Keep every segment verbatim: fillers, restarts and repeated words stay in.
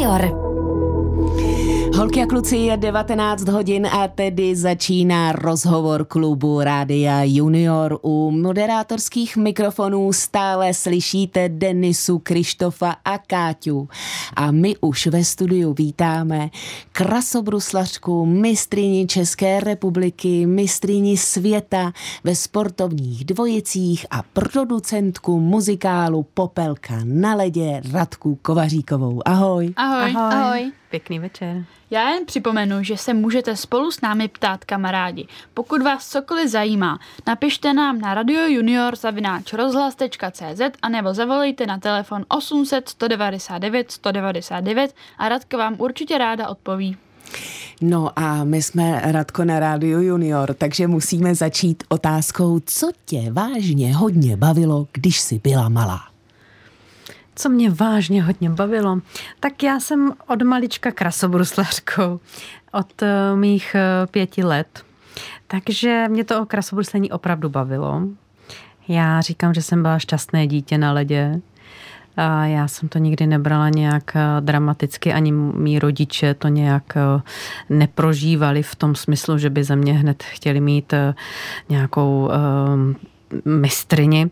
Junior. Holky a kluci, je devatenáct hodin a tedy začíná rozhovor klubu Rádia Junior. U moderátorských mikrofonů stále slyšíte Denisu, Krištofa a Káťu. A my už ve studiu vítáme krasobruslařku, mistryni České republiky, mistryni světa ve sportovních dvojicích a producentku muzikálu Popelka na ledě Radku Kovaříkovou. Ahoj. Ahoj. Ahoj. Ahoj. Pěkný večer. Já jen připomenu, že se můžete spolu s námi ptát, kamarádi. Pokud vás cokoliv zajímá, napište nám na radiojunior zavináč rozhlas tečka cé zet a nebo zavolejte na telefon osm set sto devadesát devět sto devadesát devět a Radka vám určitě ráda odpoví. No a my jsme, Radko, na Rádiu Junior, takže musíme začít otázkou, co tě vážně hodně bavilo, když jsi byla malá? Co mě vážně hodně bavilo, tak já jsem od malička krasobruslařkou, od uh, mých uh, pěti let. Takže mě to o krasobruslení opravdu bavilo. Já říkám, že jsem byla šťastné dítě na ledě. A já jsem to nikdy nebrala nějak dramaticky, ani mý rodiče to nějak neprožívali v tom smyslu, že by ze mě hned chtěli mít nějakou mistryni.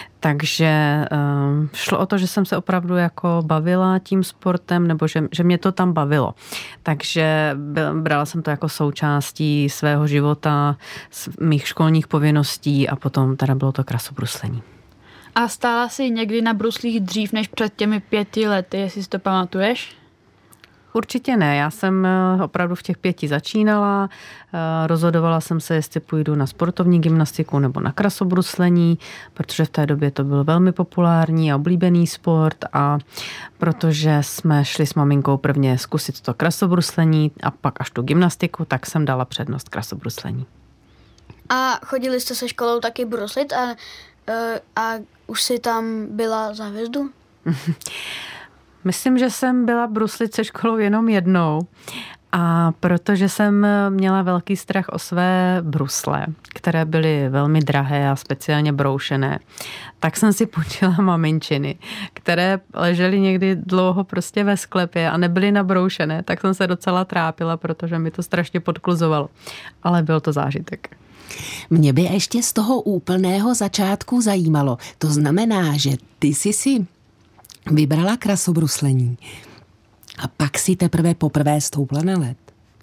Takže uh, šlo o to, že jsem se opravdu jako bavila tím sportem, nebo že, že mě to tam bavilo. Takže brala jsem to jako součástí svého života, mých školních povinností a potom teda bylo to krasobruslení. A stála jsi někdy na bruslích dřív než před těmi pěti lety, jestli si to pamatuješ? Určitě ne, já jsem opravdu v těch pěti začínala, rozhodovala jsem se, jestli půjdu na sportovní gymnastiku nebo na krasobruslení, protože v té době to byl velmi populární a oblíbený sport a protože jsme šli s maminkou prvně zkusit to krasobruslení a pak až tu gymnastiku, tak jsem dala přednost krasobruslení. A chodili jste se školou taky bruslit a, a už si tam byla za hvězdu? Myslím, že jsem byla bruslit se školou jenom jednou a protože jsem měla velký strach o své brusle, které byly velmi drahé a speciálně broušené, tak jsem si půjčila maminčiny, které ležely někdy dlouho prostě ve sklepě a nebyly nabroušené, tak jsem se docela trápila, protože mi to strašně podkluzovalo, ale byl to zážitek. Mě by ještě z toho úplného začátku zajímalo, to znamená, že ty jsi si vybrala krasobruslení a pak si teprve poprvé stoupla na led.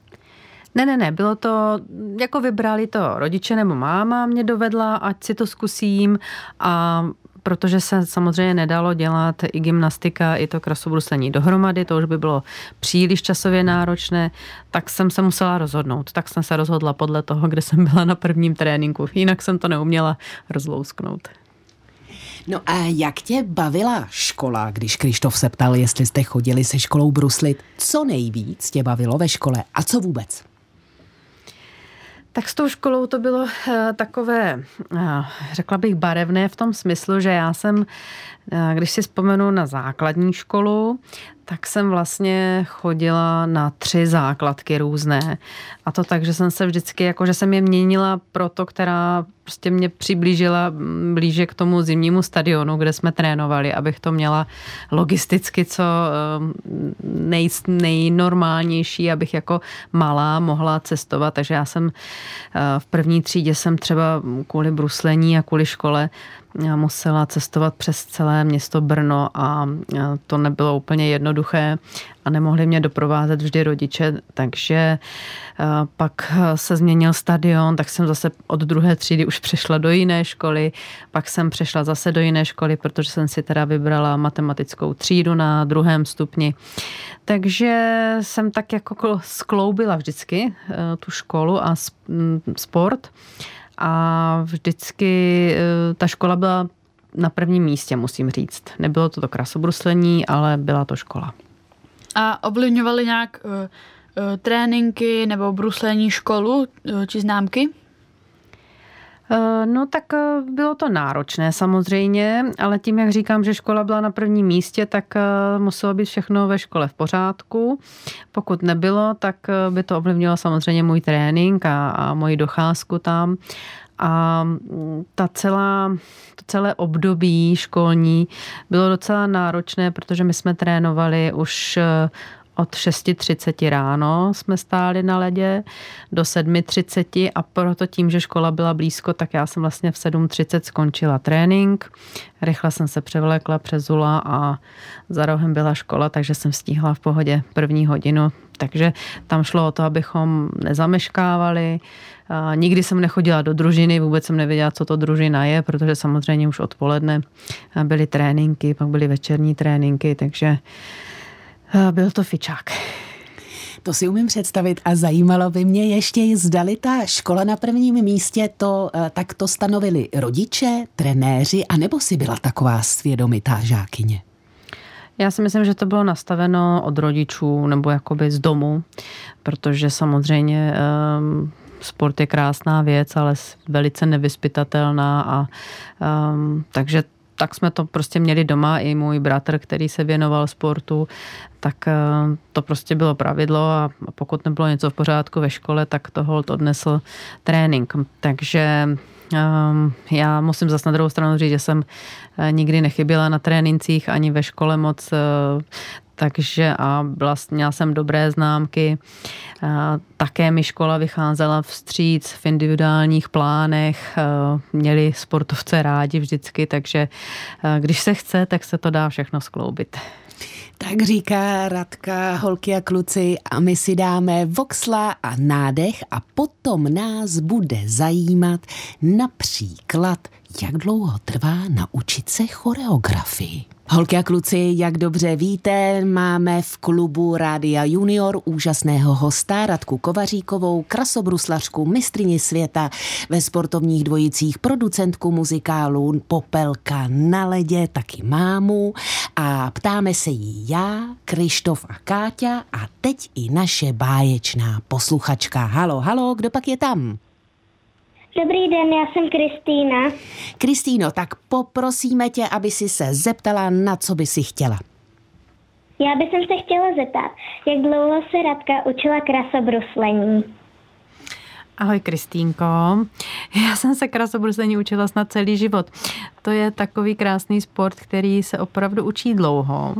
Ne, ne, ne, bylo to, jako vybrali to rodiče nebo máma mě dovedla, ať si to zkusím a protože se samozřejmě nedalo dělat i gymnastika, i to krasobruslení dohromady, to už by bylo příliš časově náročné, tak jsem se musela rozhodnout. Tak jsem se rozhodla podle toho, kde jsem byla na prvním tréninku. Jinak jsem to neuměla rozlousknout. No a jak tě bavila škola, když Krištof se ptal, jestli jste chodili se školou bruslit? Co nejvíc tě bavilo ve škole a co vůbec? Tak s tou školou to bylo takové, řekla bych, barevné v tom smyslu, že já jsem, když si vzpomenu na základní školu, tak jsem vlastně chodila na tři základky různé. A to tak, že jsem se vždycky, jako že jsem je měnila pro to, která prostě mě přiblížila blíže k tomu zimnímu stadionu, kde jsme trénovali, abych to měla logisticky co nej, nejnormálnější, abych jako malá mohla cestovat. Takže já jsem v první třídě jsem třeba kvůli bruslení a kvůli škole musela cestovat přes celé město Brno a to nebylo úplně jednoduché a nemohli mě doprovázet vždy rodiče, takže pak se změnil stadion, tak jsem zase od druhé třídy už přešla do jiné školy, pak jsem přešla zase do jiné školy, protože jsem si teda vybrala matematickou třídu na druhém stupni. Takže jsem tak jako skloubila vždycky tu školu a sport. A vždycky ta škola byla na prvním místě, musím říct. Nebylo to to krasobruslení, ale byla to škola. A ovlivňovaly nějak uh, uh, tréninky nebo bruslení školu uh, či známky? No tak bylo to náročné samozřejmě, ale tím, jak říkám, že škola byla na prvním místě, tak muselo být všechno ve škole v pořádku. Pokud nebylo, tak by to ovlivnilo samozřejmě můj trénink a, a moji docházku tam. A ta celá, to celé období školní bylo docela náročné, protože my jsme trénovali už od šest třicet ráno jsme stáli na ledě do sedm třicet a proto tím, že škola byla blízko, tak já jsem vlastně v sedm třicet skončila trénink. Rychle jsem se převlékla, přezula a za rohem byla škola, takže jsem stihla v pohodě první hodinu. Takže tam šlo o to, abychom nezameškávali. Nikdy jsem nechodila do družiny, vůbec jsem nevěděla, co to družina je, protože samozřejmě už odpoledne byly tréninky, pak byly večerní tréninky, takže byl to fičák. To si umím představit a zajímalo by mě ještě, zdali ta škola na prvním místě to takto stanovili rodiče, trenéři, anebo si byla taková svědomitá žákyně? Já si myslím, že to bylo nastaveno od rodičů nebo jakoby z domu, protože samozřejmě um, sport je krásná věc, ale velice nevyzpytatelná a um, takže tak jsme to prostě měli doma. I můj bratr, který se věnoval sportu, tak to prostě bylo pravidlo a pokud nebylo něco v pořádku ve škole, tak to holt odnesl trénink. Takže um, já musím zase na druhou stranu říct, že jsem nikdy nechyběla na trénincích ani ve škole moc, takže a vlastně měla jsem dobré známky. Také mi škola vycházela vstříc v individuálních plánech. Měli sportovce rádi vždycky, takže když se chce, tak se to dá všechno skloubit. Tak říká Radka, holky a kluci, a my si dáme voxla a nádech a potom nás bude zajímat například, jak dlouho trvá naučit se choreografii. Holky a kluci, jak dobře víte, máme v klubu Rádia Junior úžasného hosta Radku Kovaříkovou, krasobruslařku, mistryni světa ve sportovních dvojicích, producentku muzikálu Popelka na ledě, taky mámu. A ptáme se jí já, Krištof a Káťa a teď i naše báječná posluchačka. Halo, halo, kdo pak je tam? Dobrý den, já jsem Kristýna. Kristýno, tak poprosíme tě, aby si se zeptala, na co by si chtěla. Já bych se chtěla zeptat, jak dlouho se Radka učila krasobruslení? Ahoj Kristýnko, já jsem se krasobruslení učila snad celý život. To je takový krásný sport, který se opravdu učí dlouho.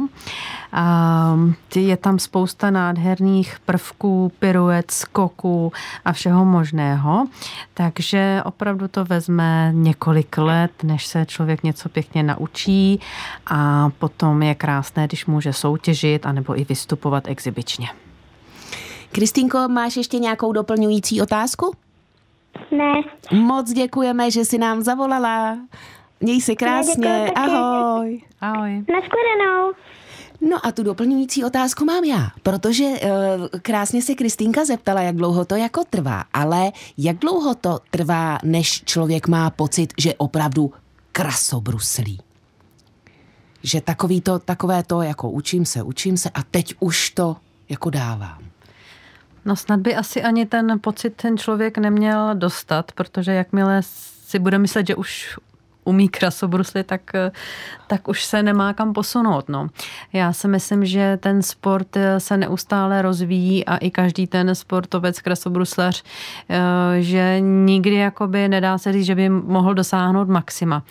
Je tam spousta nádherných prvků, piruet, skoků a všeho možného. Takže opravdu to vezme několik let, než se člověk něco pěkně naučí a potom je krásné, když může soutěžit anebo i vystupovat exibičně. Kristýnko, máš ještě nějakou doplňující otázku? Ne. Moc děkujeme, že jsi nám zavolala. Měj se krásně. Ahoj. Ahoj. Nashledanou. No a tu doplňující otázku mám já, protože uh, krásně se Kristýnka zeptala, jak dlouho to jako trvá, ale jak dlouho to trvá, než člověk má pocit, že opravdu krasobruslí? Že takový to, takové to, jako učím se, učím se a teď už to jako dávám. No snad by asi ani ten pocit ten člověk neměl dostat, protože jakmile si bude myslet, že už umí krasobruslit, tak, tak už se nemá kam posunout. No. Já si myslím, že ten sport se neustále rozvíjí a i každý ten sportovec, krasobruslař, že nikdy jakoby nedá se říct, že by mohl dosáhnout maxima.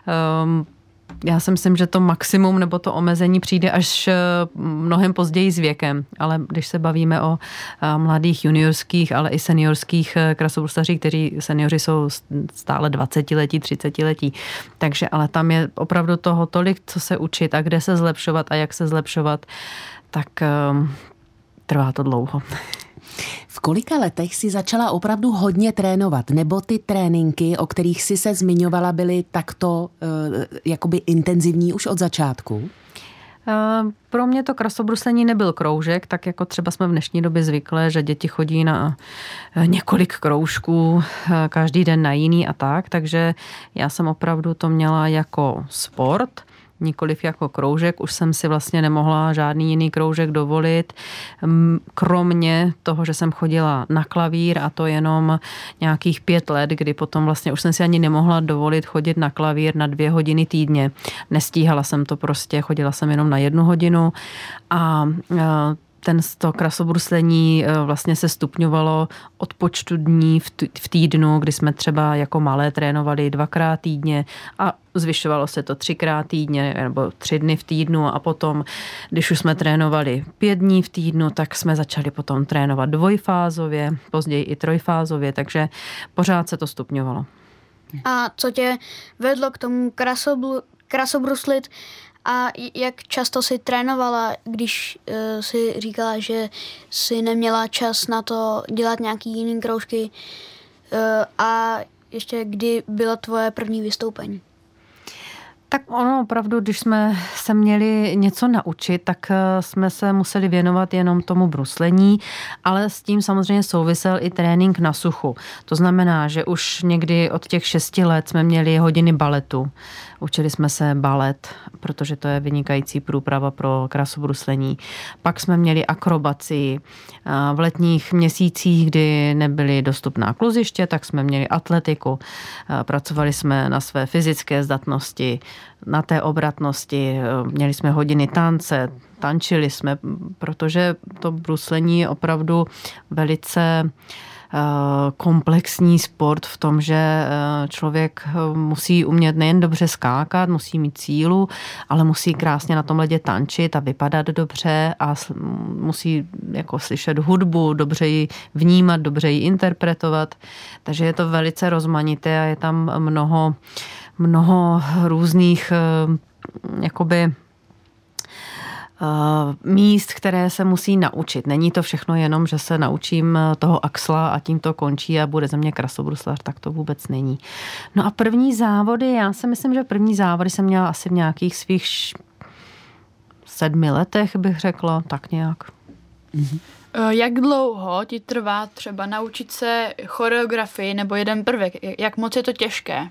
Já si myslím, že to maximum nebo to omezení přijde až mnohem později s věkem, ale když se bavíme o mladých juniorských, ale i seniorských krasobruslařích, kteří seniori jsou stále dvacetiletí, třicetiletí, takže ale tam je opravdu toho tolik, co se učit a kde se zlepšovat a jak se zlepšovat, tak um, trvá to dlouho. V kolika letech si začala opravdu hodně trénovat? Nebo ty tréninky, o kterých si se zmiňovala, byly takto uh, jakoby intenzivní už od začátku? Pro mě to krasobruslení nebyl kroužek, tak jako třeba jsme v dnešní době zvyklé, že děti chodí na několik kroužků, každý den na jiný a tak, takže já jsem opravdu to měla jako sport, nikoliv jako kroužek. Už jsem si vlastně nemohla žádný jiný kroužek dovolit, kromě toho, že jsem chodila na klavír a to jenom nějakých pět let, kdy potom vlastně už jsem si ani nemohla dovolit chodit na klavír na dvě hodiny týdně. Nestíhala jsem to prostě, chodila jsem jenom na jednu hodinu a ten to krasobruslení vlastně se stupňovalo od počtu dní v týdnu, kdy jsme třeba jako malé trénovali dvakrát týdně a zvyšovalo se to třikrát týdně nebo tři dny v týdnu a potom, když už jsme trénovali pět dní v týdnu, tak jsme začali potom trénovat dvojfázově, později i trojfázově, takže pořád se to stupňovalo. A co tě vedlo k tomu krasobru, krasobruslit a jak často jsi trénovala, když uh, jsi říkala, že jsi neměla čas na to dělat nějaký jiný kroužky uh, a ještě kdy bylo tvoje první vystoupení? Tak ono opravdu, když jsme se měli něco naučit, tak jsme se museli věnovat jenom tomu bruslení, ale s tím samozřejmě souvisel i trénink na suchu. To znamená, že už někdy od těch šesti let jsme měli hodiny baletu. Učili jsme se balet, protože to je vynikající průprava pro krasobruslení. Pak jsme měli akrobaci. V letních měsících, kdy nebyly dostupná kluziště, tak jsme měli atletiku. Pracovali jsme na své fyzické zdatnosti, na té obratnosti. Měli jsme hodiny tance, tančili jsme, protože to bruslení je opravdu velice komplexní sport v tom, že člověk musí umět nejen dobře skákat, musí mít sílu, ale musí krásně na tom ledě tančit a vypadat dobře a musí jako slyšet hudbu, dobře ji vnímat, dobře ji interpretovat. Takže je to velice rozmanité a je tam mnoho, mnoho různých jakoby míst, které se musí naučit. Není to všechno jenom, že se naučím toho axla a tím to končí a bude ze mě krasobruslař, tak to vůbec není. No a první závody, já si myslím, že první závody jsem měla asi v nějakých svých sedmi letech, bych řekla, tak nějak. Mhm. Jak dlouho ti trvá třeba naučit se choreografii nebo jeden prvek? Jak moc je to těžké?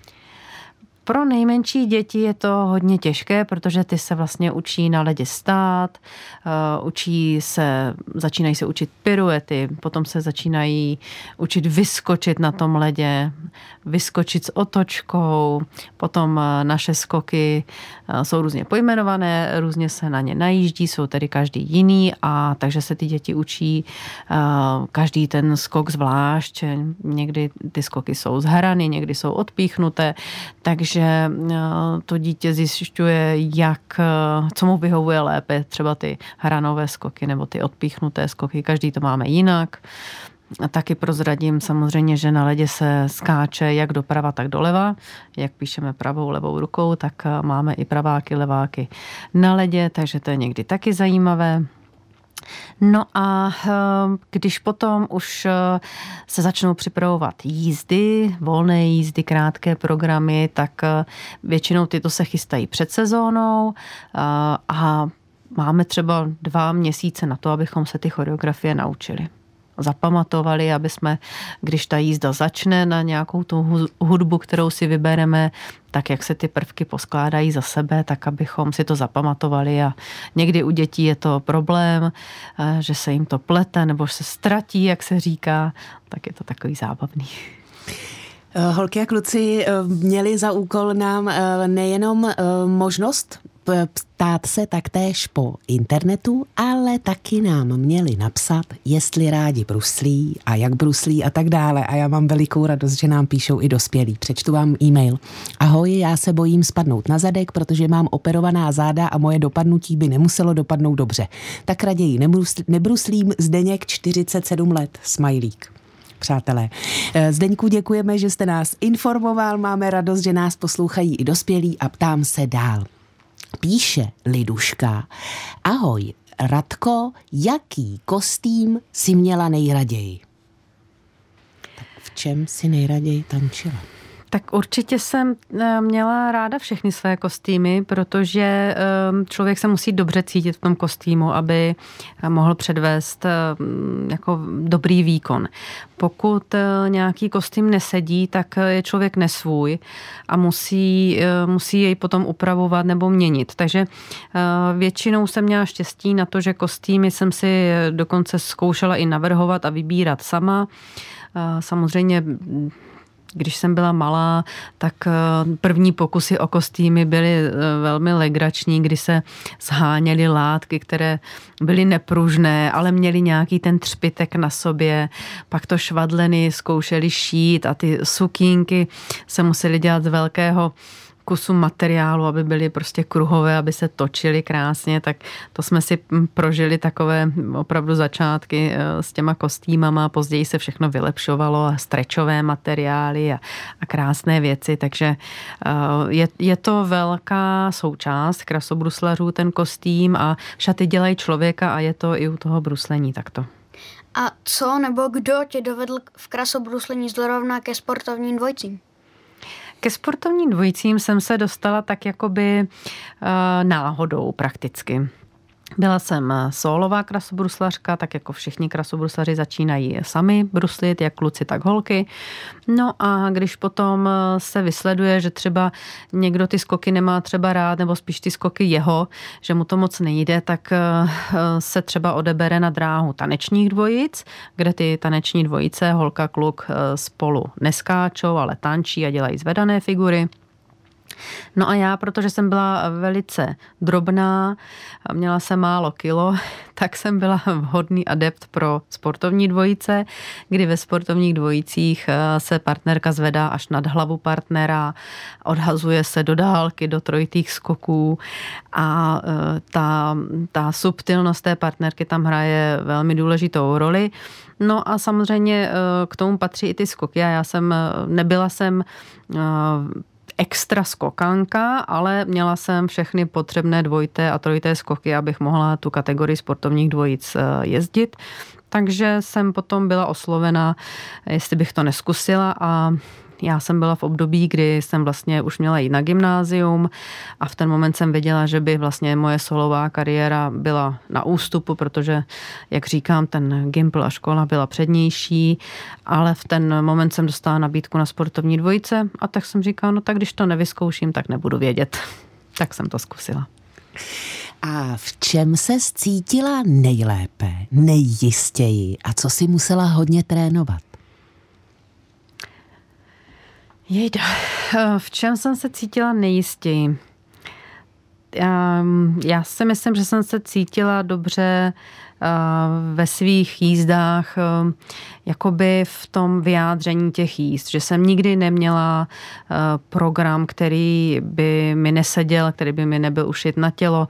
Pro nejmenší děti je to hodně těžké, protože ty se vlastně učí na ledě stát, učí se, začínají se učit piruety, potom se začínají učit vyskočit na tom ledě, vyskočit s otočkou, potom naše skoky jsou různě pojmenované, různě se na ně najíždí, jsou tedy každý jiný a takže se ty děti učí každý ten skok zvlášť, někdy ty skoky jsou zhrany, někdy jsou odpíchnuté, takže že to dítě zjišťuje, jak, co mu vyhovuje lépe, třeba ty hranové skoky nebo ty odpíchnuté skoky, každý to máme jinak. A taky prozradím samozřejmě, že na ledě se skáče jak doprava, tak doleva. Jak píšeme pravou, levou rukou, tak máme i praváky, leváky na ledě, takže to je někdy taky zajímavé. No a když potom už se začnou připravovat jízdy, volné jízdy, krátké programy, tak většinou tyto se chystají před sezónou a máme třeba dva měsíce na to, abychom se ty choreografie naučili. Zapamatovali, aby jsme, když ta jízda začne na nějakou tu hudbu, kterou si vybereme, tak jak se ty prvky poskládají za sebe, tak abychom si to zapamatovali a někdy u dětí je to problém, že se jim to plete nebo se ztratí, jak se říká, tak je to takový zábavný. Holky a kluci měli za úkol nám nejenom možnost ptát se taktéž po internetu, ale taky nám měli napsat, jestli rádi bruslí a jak bruslí a tak dále. A já mám velikou radost, že nám píšou i dospělí. Přečtu vám e-mail. Ahoj, já se bojím spadnout na zadek, protože mám operovaná záda a moje dopadnutí by nemuselo dopadnout dobře. Tak raději nebruslím. Zdeněk, čtyřicet sedm let, smajlík. Přátelé, Zdeňku, děkujeme, že jste nás informoval, máme radost, že nás poslouchají i dospělí a ptám se dál. Píše Liduška. Ahoj, Radko, jaký kostým si měla nejraději? Tak v čem si nejraději tančila? Tak určitě jsem měla ráda všechny své kostýmy, protože člověk se musí dobře cítit v tom kostýmu, aby mohl předvést jako dobrý výkon. Pokud nějaký kostým nesedí, tak je člověk nesvůj a musí, musí jej potom upravovat nebo měnit. Takže většinou jsem měla štěstí na to, že kostýmy jsem si dokonce zkoušela i navrhovat a vybírat sama. Samozřejmě když jsem byla malá, tak první pokusy o kostýmy byly velmi legrační, kdy se zháněly látky, které byly nepružné, ale měly nějaký ten třpitek na sobě. Pak to švadleny zkoušeli šít a ty sukínky se musely dělat z velkého kusu materiálu, aby byly prostě kruhové, aby se točily krásně, tak to jsme si prožili takové opravdu začátky s těma kostýmama, později se všechno vylepšovalo a strečové materiály a, a krásné věci, takže je, je to velká součást krasobruslařů, ten kostým a šaty dělají člověka a je to i u toho bruslení takto. A co nebo kdo tě dovedl v krasobruslení zrovna ke sportovním dvojicím? Ke sportovním dvojicím jsem se dostala tak jakoby náhodou prakticky. Byla jsem sólová krasobruslařka, tak jako všichni krasobruslaři začínají sami bruslit, jak kluci, tak holky. No a když potom se vysleduje, že třeba někdo ty skoky nemá třeba rád, nebo spíš ty skoky jeho, že mu to moc nejde, tak se třeba odebere na dráhu tanečních dvojic, kde ty taneční dvojice, holka, kluk, spolu neskáčou, ale tančí a dělají zvedané figury. No a já, protože jsem byla velice drobná, měla jsem málo kilo, tak jsem byla vhodný adept pro sportovní dvojice, kdy ve sportovních dvojicích se partnerka zvedá až nad hlavu partnera, odhazuje se do dálky, do trojitých skoků a ta, ta subtilnost té partnerky tam hraje velmi důležitou roli. No a samozřejmě k tomu patří i ty skoky a já jsem, nebyla jsem extra skokanka, ale měla jsem všechny potřebné dvojité a trojité skoky, abych mohla tu kategorii sportovních dvojic jezdit. Takže jsem potom byla oslovena, jestli bych to neskusila a já jsem byla v období, kdy jsem vlastně už měla jít na gymnázium a v ten moment jsem věděla, že by vlastně moje solová kariéra byla na ústupu, protože, jak říkám, ten gympl a škola byla přednější, ale v ten moment jsem dostala nabídku na sportovní dvojice a tak jsem říkala, no tak když to nevyzkouším, tak nebudu vědět. Tak jsem to zkusila. A v čem se cítila nejlépe, nejjistěji a co si musela hodně trénovat? Jejda, v čem jsem se cítila nejistěji? Já, já si myslím, že jsem se cítila dobře ve svých jízdách, jakoby v tom vyjádření těch jízd, že jsem nikdy neměla program, který by mi neseděl, který by mi nebyl ušit na tělo,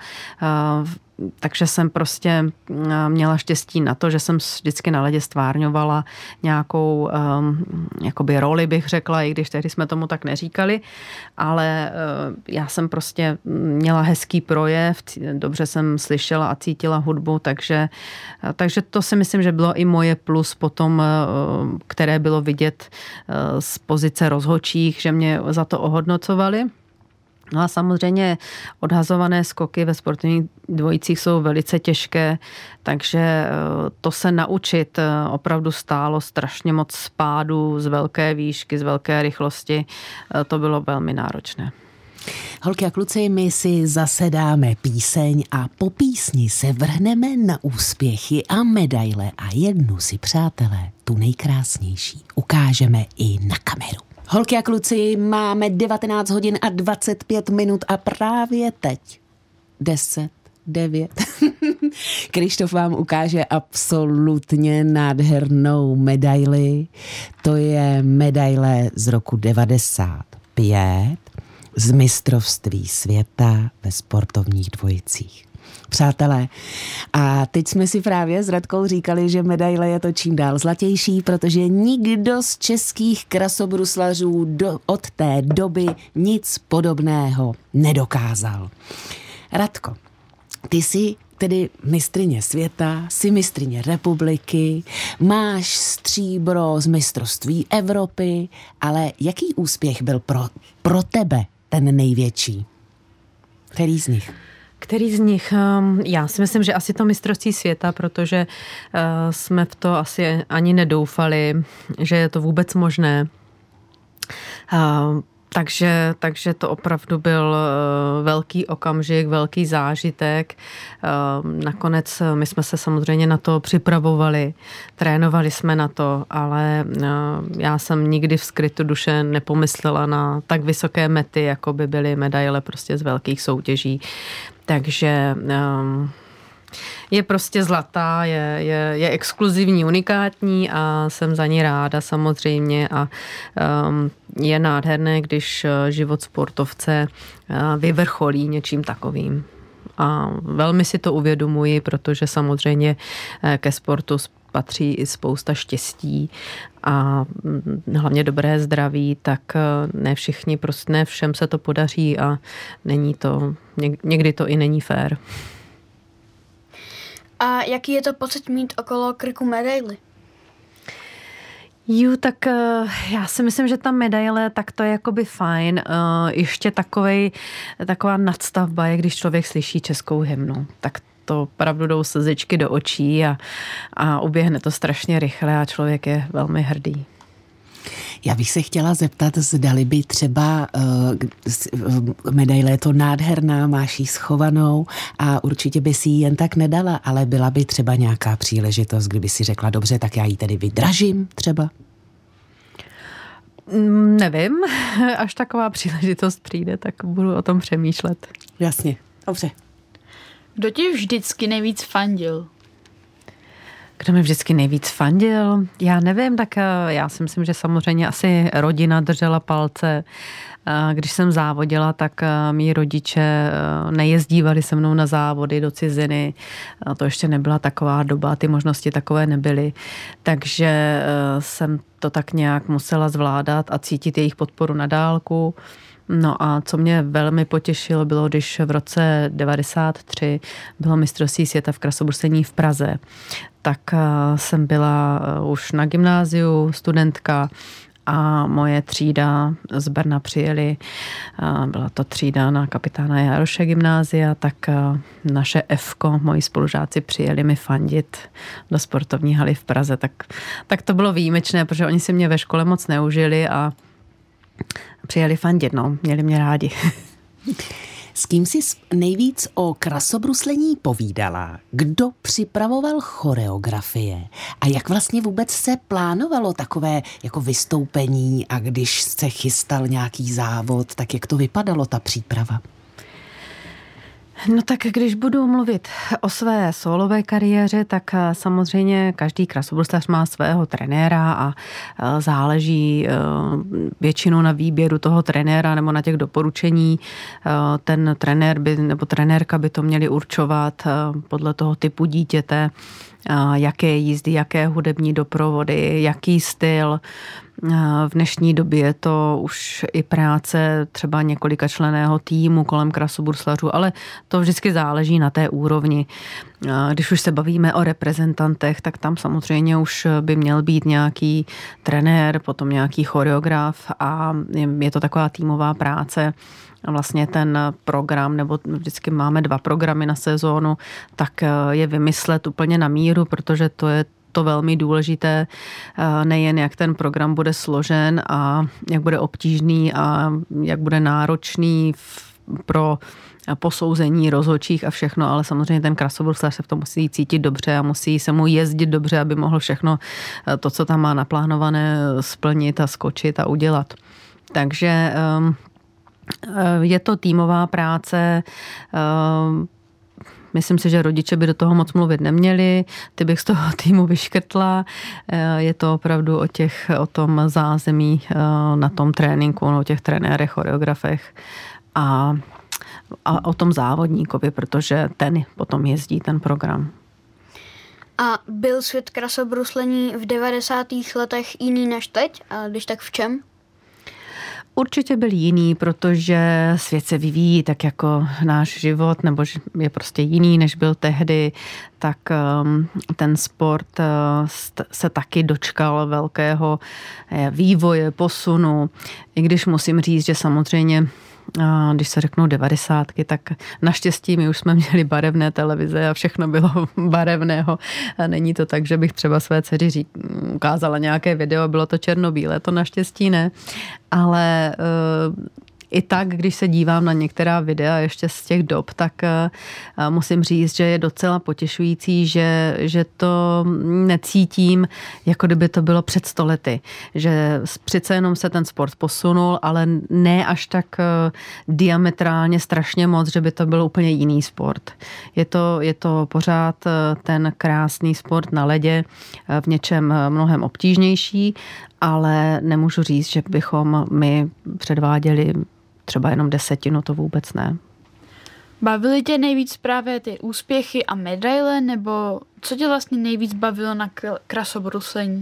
takže jsem prostě měla štěstí na to, že jsem vždycky na ledě stvárňovala nějakou um, jakoby roli, bych řekla, i když tehdy jsme tomu tak neříkali, ale uh, já jsem prostě měla hezký projev, dobře jsem slyšela a cítila hudbu, takže, uh, takže to si myslím, že bylo i moje plus potom, uh, které bylo vidět uh, z pozice rozhodčích, že mě za to ohodnocovali. No a samozřejmě odhazované skoky ve sportovních dvojicích jsou velice těžké, takže to se naučit opravdu stálo strašně moc spádů z velké výšky, z velké rychlosti. To bylo velmi náročné. Holky a kluci, my si zase dáme píseň a po písni se vrhneme na úspěchy a medaile a jednu si, přátelé, tu nejkrásnější, ukážeme i na kameru. Holky a kluci, máme devatenáct hodin a dvacet pět minut a právě teď deset, devět. Krištof vám ukáže absolutně nádhernou medaili. To je medaile z roku devadesát pět z mistrovství světa ve sportovních dvojicích. Přátelé, a teď jsme si právě s Radkou říkali, že medaile je to čím dál zlatější, protože nikdo z českých krasobruslařů do, od té doby nic podobného nedokázal. Radko, ty jsi tedy mistryně světa, jsi mistryně republiky, máš stříbro z mistrovství Evropy, ale jaký úspěch byl pro, pro tebe ten největší? Který z nich? Který z nich? Já si myslím, že asi to mistrovství světa, protože jsme v to asi ani nedoufali, že je to vůbec možné. Takže, takže to opravdu byl velký okamžik, velký zážitek. Nakonec my jsme se samozřejmě na to připravovali, trénovali jsme na to, ale já jsem nikdy v skrytu duše nepomyslela na tak vysoké mety, jako by byly medaile prostě z velkých soutěží. Takže je prostě zlatá, je, je, je exkluzivní, unikátní a jsem za ní ráda samozřejmě a um, je nádherné, když život sportovce vyvrcholí něčím takovým. A velmi si to uvědomuji, protože samozřejmě ke sportu patří i spousta štěstí a hlavně dobré zdraví, tak ne všichni, prostě ne všem se to podaří a není to, někdy to i není fér. A jaký je to pocit mít okolo krku medaily? Jo, tak já si myslím, že ta medaile, tak to je jakoby fajn. Ještě takovej, taková nadstavba je, když člověk slyší českou hymnu. Tak to opravdu jdou slzičky do očí a, a uběhne to strašně rychle a člověk je velmi hrdý. Já bych se chtěla zeptat, zdali by třeba uh, medaile je to nádherná, máš ji schovanou a určitě by si ji jen tak nedala, ale byla by třeba nějaká příležitost, kdyby si řekla, dobře, tak já ji tedy vydražím třeba? Nevím, až taková příležitost přijde, tak budu o tom přemýšlet. Jasně, dobře. Kdo ti vždycky nejvíc fandil? Kdo mi vždycky nejvíc fandil? Já nevím, tak já si myslím, že samozřejmě asi rodina držela palce. Když jsem závodila, tak mý rodiče nejezdívali se mnou na závody do ciziny. To ještě nebyla taková doba, ty možnosti takové nebyly. Takže jsem to tak nějak musela zvládat a cítit jejich podporu na dálku. No a co mě velmi potěšilo, bylo, když v roce devadesát tři bylo mistrovství světa v krasobruslení v Praze. Tak jsem byla už na gymnáziu, studentka a moje třída z Brna přijeli. Byla to třída na kapitána Jaroše gymnázia, tak naše Fko, moji spolužáci, přijeli mi fandit do sportovní haly v Praze. Tak, tak to bylo výjimečné, protože oni si mě ve škole moc neužili a přijeli fandit, no, měli mě rádi. S kým jsi nejvíc o krasobruslení povídala? Kdo připravoval choreografie? A jak vlastně vůbec se plánovalo takové jako vystoupení a když se chystal nějaký závod, tak jak to vypadalo ta příprava? No tak když budu mluvit o své solové kariéře, tak samozřejmě každý krasobruslař má svého trenéra a záleží většinou na výběru toho trenéra nebo na těch doporučení. Ten trenér by, nebo trenérka by to měli určovat podle toho typu dítěte, jaké jízdy, jaké hudební doprovody, jaký styl. V dnešní době je to už i práce třeba několika členného týmu kolem krasobruslařů, ale to vždycky záleží na té úrovni. Když už se bavíme o reprezentantech, tak tam samozřejmě už by měl být nějaký trenér, potom nějaký choreograf a je to taková týmová práce. Vlastně ten program, nebo vždycky máme dva programy na sezónu, tak je vymyslet úplně na míru, protože to je to velmi důležité, nejen jak ten program bude složen a jak bude obtížný a jak bude náročný pro posouzení rozhodčích a všechno, ale samozřejmě ten krasobruslař se v tom musí cítit dobře a musí se mu jezdit dobře, aby mohl všechno to, co tam má naplánované, splnit a skočit a udělat. Takže je to týmová práce. Myslím si, že rodiče by do toho moc mluvit neměli, ty bych z toho týmu vyškrtla. Je to opravdu o, těch, o tom zázemí na tom tréninku, o těch trenérech, choreografech a, a o tom závodníkovi, protože ten potom jezdí ten program. A byl svět krasobruslení v devadesátých letech jiný než teď? A když tak v čem? Určitě byl jiný, protože svět se vyvíjí tak jako náš život, nebo je prostě jiný, než byl tehdy, tak ten sport se taky dočkal velkého vývoje, posunu. I když musím říct, že samozřejmě když se řeknou devadesátky, tak naštěstí my už jsme měli barevné televize a všechno bylo barevného. A není to tak, že bych třeba své dceři řík, ukázala nějaké video a bylo to černobílé. To naštěstí ne. Ale i tak, když se dívám na některá videa ještě z těch dob, tak musím říct, že je docela potěšující, že, že to necítím, jako kdyby to bylo před sto lety. Že přece jenom se ten sport posunul, ale ne až tak diametrálně strašně moc, že by to byl úplně jiný sport. Je to, je to pořád ten krásný sport na ledě, v něčem mnohem obtížnější, ale nemůžu říct, že bychom my předváděli třeba jenom desetinu, to vůbec ne. Bavily tě nejvíc právě ty úspěchy a medaile, nebo co tě vlastně nejvíc bavilo na krasobruslení?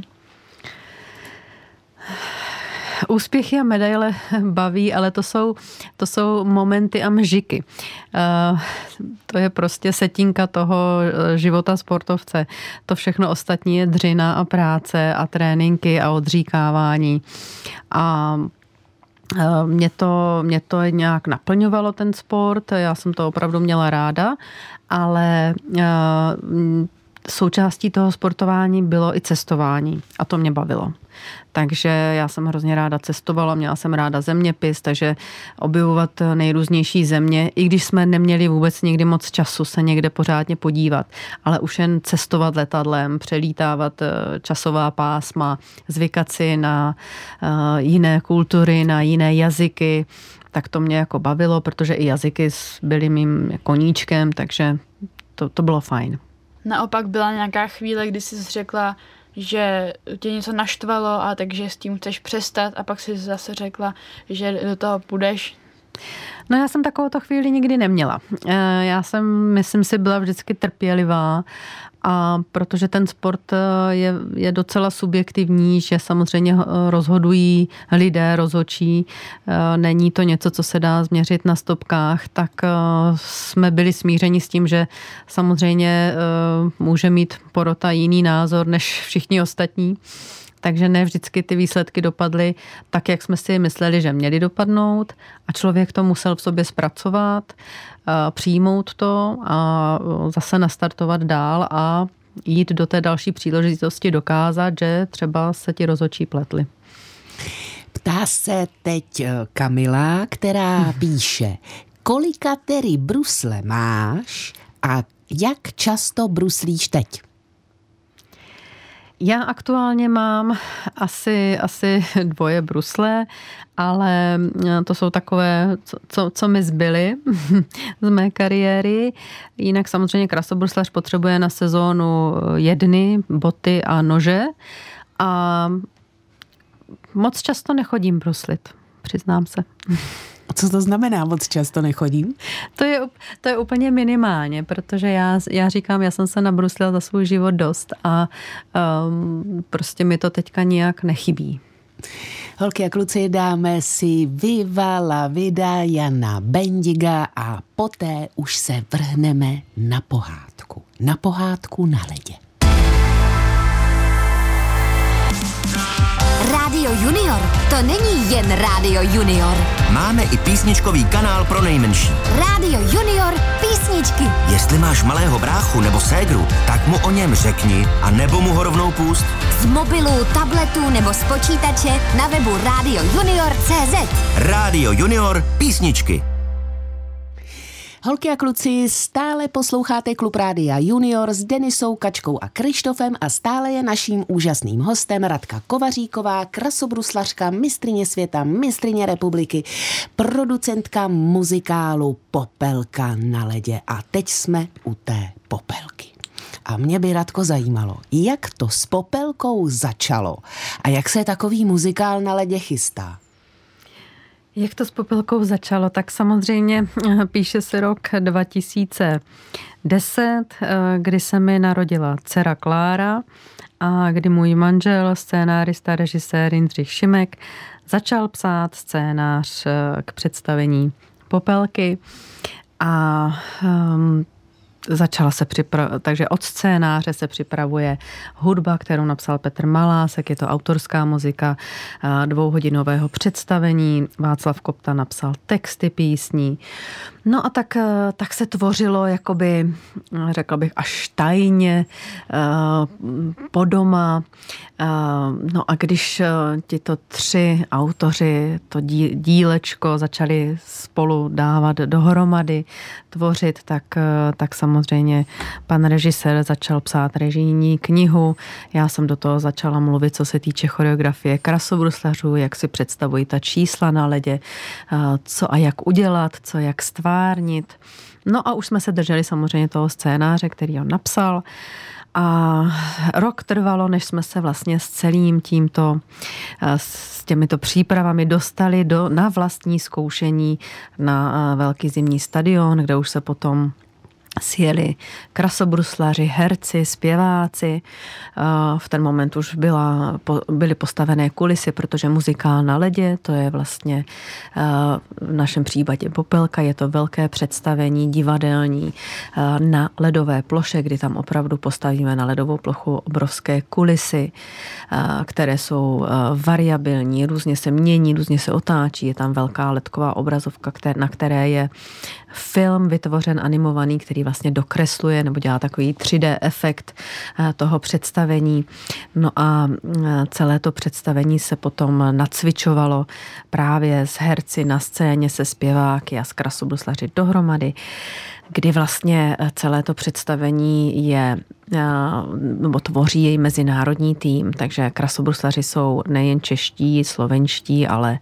Úspěchy a medaile baví, ale to jsou, to jsou momenty a mžiky. To je prostě setinka toho života sportovce. To všechno ostatní je dřina a práce a tréninky a odříkávání. A Mě to, mě to nějak naplňovalo ten sport, já jsem to opravdu měla ráda, ale součástí toho sportování bylo i cestování a to mě bavilo. Takže já jsem hrozně ráda cestovala, měla jsem ráda zeměpis, takže objevovat nejrůznější země, i když jsme neměli vůbec nikdy moc času se někde pořádně podívat, ale už jen cestovat letadlem, přelítávat časová pásma, zvykat si na jiné kultury, na jiné jazyky, tak to mě jako bavilo, protože i jazyky byly mým koníčkem, takže to, to bylo fajn. Naopak byla nějaká chvíle, kdy jsi řekla, že tě něco naštvalo a takže s tím chceš přestat a pak jsi zase řekla, že do toho půjdeš? No já jsem takovouto chvíli nikdy neměla. Já jsem, myslím si, byla vždycky trpělivá a protože ten sport je, je docela subjektivní, že samozřejmě rozhodují lidé, rozhodčí, není to něco, co se dá změřit na stopkách, tak jsme byli smířeni s tím, že samozřejmě může mít porota jiný názor než všichni ostatní. Takže ne vždycky ty výsledky dopadly tak, jak jsme si mysleli, že měly dopadnout a člověk to musel v sobě zpracovat, přijmout to a zase nastartovat dál a jít do té další příležitosti dokázat, že třeba se ti rozhodčí pletli. Ptá se teď Kamila, která píše, kolika tedy brusle máš a jak často bruslíš teď? Já aktuálně mám asi, asi dvoje brusle, ale to jsou takové, co, co mi zbyly z mé kariéry. Jinak samozřejmě krasobruslař potřebuje na sezónu jedny, boty a nože. A moc často nechodím bruslit, přiznám se. Co to znamená, moc často nechodím? To je, to je úplně minimálně, protože já, já říkám, já jsem se nabruslila za svůj život dost a um, prostě mi to teďka nijak nechybí. Holky a kluci, dáme si Viva la vida Jana Bendiga a poté už se vrhneme na pohádku. Na pohádku na ledě. Rádio Junior, to není jen Rádio Junior. Máme i písničkový kanál pro nejmenší. Rádio Junior písničky. Jestli máš malého bráchu nebo ségru, tak mu o něm řekni a nebo mu ho rovnou pust. Z mobilu, tabletu nebo z počítače na webu rádio junior tečka cé zet. Rádio Junior písničky. Holky a kluci, stále posloucháte Klub Rádia Junior s Denisou, Kačkou a Krištofem a stále je naším úžasným hostem Radka Kovaříková, krasobruslařka, mistryně světa, mistryně republiky, producentka muzikálu Popelka na ledě. A teď jsme u té Popelky. A mě by, Radko, zajímalo, jak to s Popelkou začalo a jak se takový muzikál na ledě chystá. Jak to s Popelkou začalo? Tak samozřejmě píše se rok dva tisíce deset, kdy se mi narodila dcera Klára a kdy můj manžel, scénárista, režisér Jindřich Šimek, začal psát scénář k představení Popelky a um, začala se připravovat, takže od scénáře se připravuje hudba, kterou napsal Petr Malásek, je to autorská muzika dvouhodinového představení, Václav Kopta napsal texty písní. No a tak, tak se tvořilo jakoby, řekla bych, až tajně, po doma. No a když tito tři autoři to dílečko začali spolu dávat dohromady, tvořit, tak, tak samozřejmě pan režisér začal psát režijní knihu. Já jsem do toho začala mluvit, co se týče choreografie krasobruslařů, jak si představují ta čísla na ledě, co a jak udělat, co jak stvárnit. No a už jsme se drželi samozřejmě toho scénáře, který on napsal. A rok trvalo, než jsme se vlastně s celým tímto, s těmito přípravami dostali do, na vlastní zkoušení na velký zimní stadion, kde už se potom sjeli krasobruslaři, herci, zpěváci. V ten moment už byla, byly postavené kulisy, protože muzikál na ledě, to je vlastně v našem případě Popelka, je to velké představení divadelní na ledové ploše, kdy tam opravdu postavíme na ledovou plochu obrovské kulisy, které jsou variabilní, různě se mění, různě se otáčí. Je tam velká ledková obrazovka, na které je film vytvořen, animovaný, který vlastně dokresluje nebo dělá takový tři dé efekt toho představení. No a celé to představení se potom nacvičovalo právě s herci na scéně, se zpěváky a s krasobruslaři dohromady, kdy vlastně celé to představení je, nebo tvoří jej mezinárodní tým, takže krasobruslaři jsou nejen čeští, slovenští, ale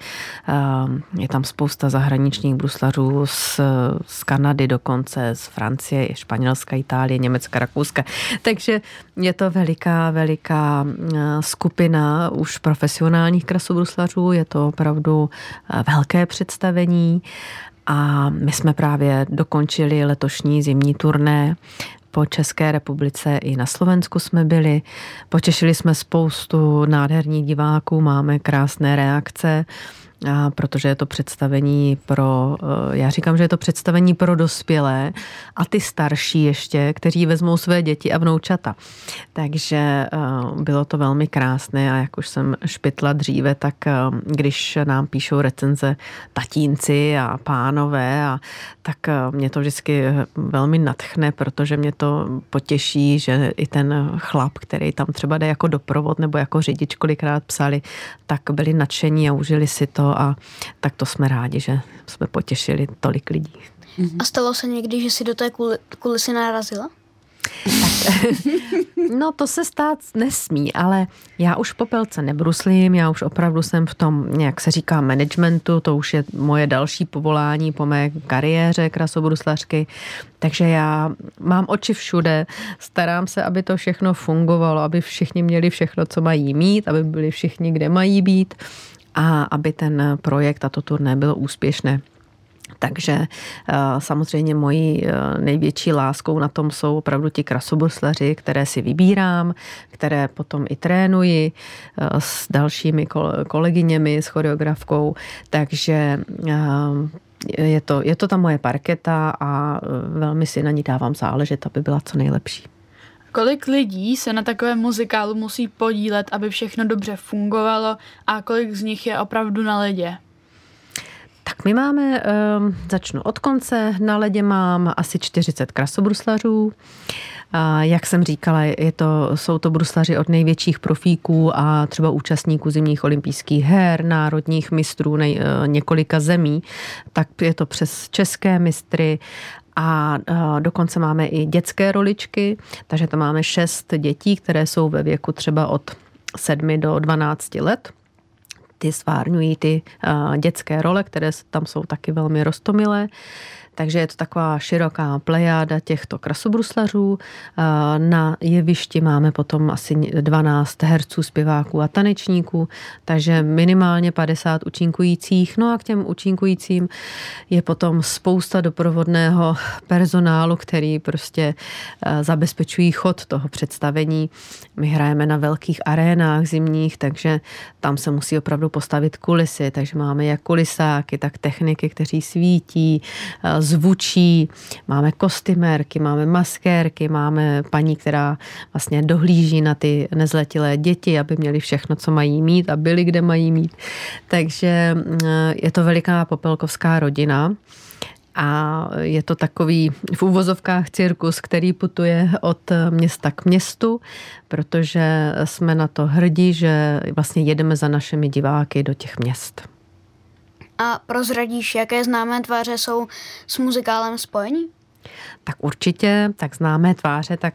je tam spousta zahraničních bruslařů z, z Kanady dokonce, z Francie, Španělska, Itálie, Německa, Rakouska. Takže je to veliká, veliká skupina už profesionálních krasobruslařů, je to opravdu velké představení. A my jsme právě dokončili letošní zimní turné po České republice, i na Slovensku jsme byli. Potěšili jsme spoustu nádherných diváků, máme krásné reakce, a protože je to představení pro, já říkám, že je to představení pro dospělé a ty starší ještě, kteří vezmou své děti a vnoučata. Takže bylo to velmi krásné a jak už jsem špitla dříve, tak když nám píšou recenze tatínci a pánové, a tak mě to vždycky velmi nadchne, protože mě to potěší, že i ten chlap, který tam třeba jde jako doprovod nebo jako řidič, kolikrát psali, tak byli nadšení a užili si to. A tak to jsme rádi, že jsme potěšili tolik lidí. A stalo se někdy, že si do té kulisy narazila? No to se stát nesmí, ale já už v Popelce nebruslím, já už opravdu jsem v tom, jak se říká, managementu, to už je moje další povolání po mé kariéře krasobruslařky, takže já mám oči všude, starám se, aby to všechno fungovalo, aby všichni měli všechno, co mají mít, aby byli všichni, kde mají být, a aby ten projekt a to turné bylo úspěšné. Takže samozřejmě mojí největší láskou na tom jsou opravdu ti krasobruslaři, které si vybírám, které potom i trénuji s dalšími kolegyněmi, s choreografkou, takže je to, je to ta moje parketa a velmi si na ní dávám záležet, aby byla co nejlepší. Kolik lidí se na takovém muzikálu musí podílet, aby všechno dobře fungovalo, a kolik z nich je opravdu na ledě? Tak my máme, začnu od konce, na ledě mám asi čtyřicet krasobruslařů. Jak jsem říkala, je to, jsou to bruslaři od největších profíků a třeba účastníků zimních olympijských her, národních mistrů nej, několika zemí, tak je to přes české mistry. A dokonce máme i dětské roličky, takže tam máme šest dětí, které jsou ve věku třeba od sedmi do dvanácti let. Ty stvárňují ty dětské role, které tam jsou taky velmi roztomilé. Takže je to taková široká plejáda těchto krasobruslařů. Na jevišti máme potom asi dvanáct herců, zpěváků a tanečníků, takže minimálně padesát účinkujících. No a k těm účinkujícím je potom spousta doprovodného personálu, který prostě zabezpečují chod toho představení. My hrajeme na velkých arénách zimních, takže tam se musí opravdu postavit kulisy, takže máme jak kulisáky, tak techniky, kteří svítí, zvučí, máme kostymérky, máme maskérky, máme paní, která vlastně dohlíží na ty nezletilé děti, aby měli všechno, co mají mít a byli, kde mají mít. Takže je to veliká popelkovská rodina. A je to takový v uvozovkách cirkus, který putuje od města k městu, protože jsme na to hrdí, že vlastně jedeme za našimi diváky do těch měst. A prozradíš, jaké známé tváře jsou s muzikálem spojení? Tak určitě, tak známé tváře, tak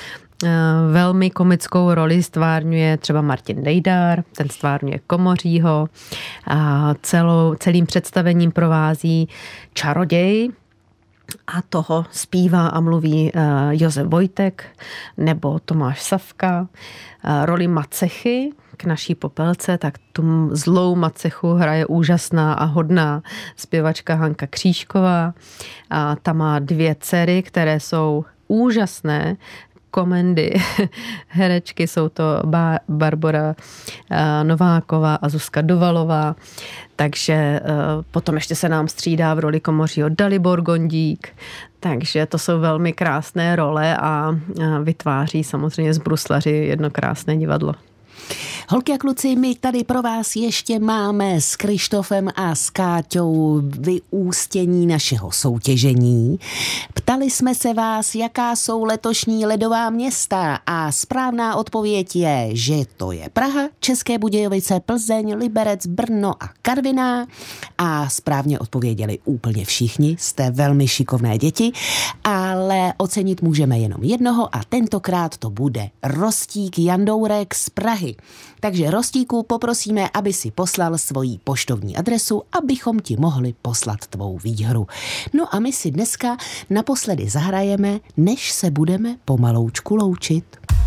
velmi komickou roli stvárňuje třeba Martin Dejdar, ten stvárňuje Komořího a celou, celým představením provází čaroděj a toho zpívá a mluví Josef Vojtek nebo Tomáš Savka. Roli Macechy k naší popelce, tak tu zlou Macechu hraje úžasná a hodná zpěvačka Hanka Křížková. A ta má dvě dcery, které jsou úžasné komendy herečky, jsou to Barbora Nováková a Zuzka Dovalová. Takže potom ještě se nám střídá v roli Komořího Dalibor Gondík. Takže to jsou velmi krásné role a vytváří samozřejmě z bruslaři jedno krásné divadlo. Holky a kluci, my tady pro vás ještě máme s Krištofem a s Káťou vyústění našeho soutěžení. Ptali jsme se vás, jaká jsou letošní ledová města a správná odpověď je, že to je Praha, České Budějovice, Plzeň, Liberec, Brno a Karviná. A správně odpověděli úplně všichni, jste velmi šikovné děti, ale ocenit můžeme jenom jednoho a tentokrát to bude Rostík Jandourek z Prahy. Takže Rostíku poprosíme, aby si poslal svoji poštovní adresu, abychom ti mohli poslat tvou výhru. No a my si dneska naposledy zahrajeme, než se budeme pomaloučku loučit.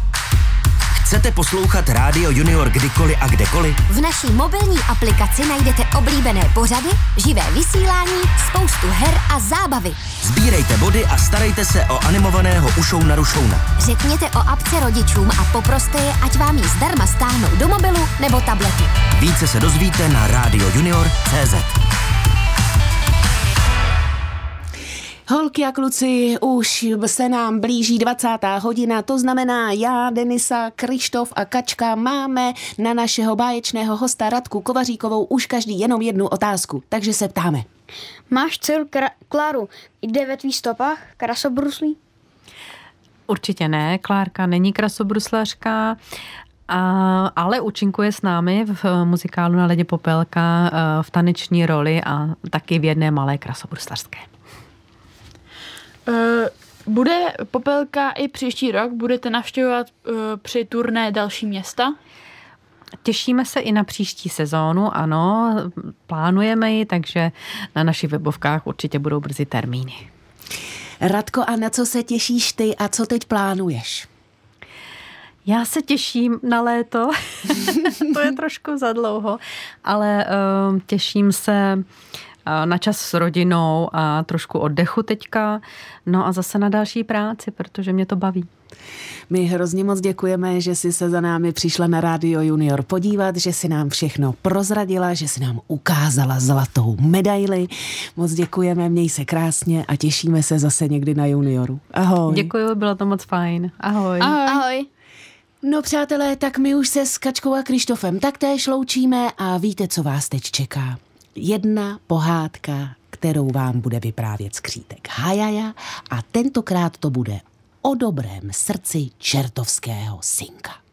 Chcete poslouchat Rádio Junior kdykoliv a kdekoliv? V naší mobilní aplikaci najdete oblíbené pořady, živé vysílání, spoustu her a zábavy. Sbírejte body a starejte se o animovaného Ušouna Rušouna. Řekněte o apce rodičům a poproste je, ať vám ji zdarma stáhnou do mobilu nebo tabletu. Více se dozvíte na radio junior tečka cé zet. Holky a kluci, už se nám blíží dvacátá hodina, to znamená já, Denisa, Krištof a Kačka máme na našeho báječného hosta Radku Kovaříkovou už každý jenom jednu otázku, takže se ptáme. Máš dceru Kra- Kláru, jde ve tvých stopách krasobruslí? Určitě ne, Klárka není krasobruslařka, a, ale účinkuje s námi v muzikálu Na ledě Popelka v taneční roli a taky v jedné malé krasobruslařské. Bude Popelka i příští rok? Budete navštěvovat uh, při turné další města? Těšíme se i na příští sezónu, ano, plánujeme ji, takže na našich webovkách určitě budou brzy termíny. Radko, a na co se těšíš ty a co teď plánuješ? Já se těším na léto, to je trošku zadlouho, ale uh, těším se na čas s rodinou a trošku oddechu teďka, no a zase na další práci, protože mě to baví. My hrozně moc děkujeme, že jsi se za námi přišla na Rádio Junior podívat, že jsi nám všechno prozradila, že jsi nám ukázala zlatou medaili. Moc děkujeme, měj se krásně a těšíme se zase někdy na Junioru. Ahoj. Děkuju, bylo to moc fajn. Ahoj. Ahoj. Ahoj. No přátelé, tak my už se s Kačkou a Krištofem taktéž loučíme a víte, co vás teď čeká. Jedna pohádka, kterou vám bude vyprávět skřítek Hajaja a tentokrát to bude o dobrém srdci čertovského synka.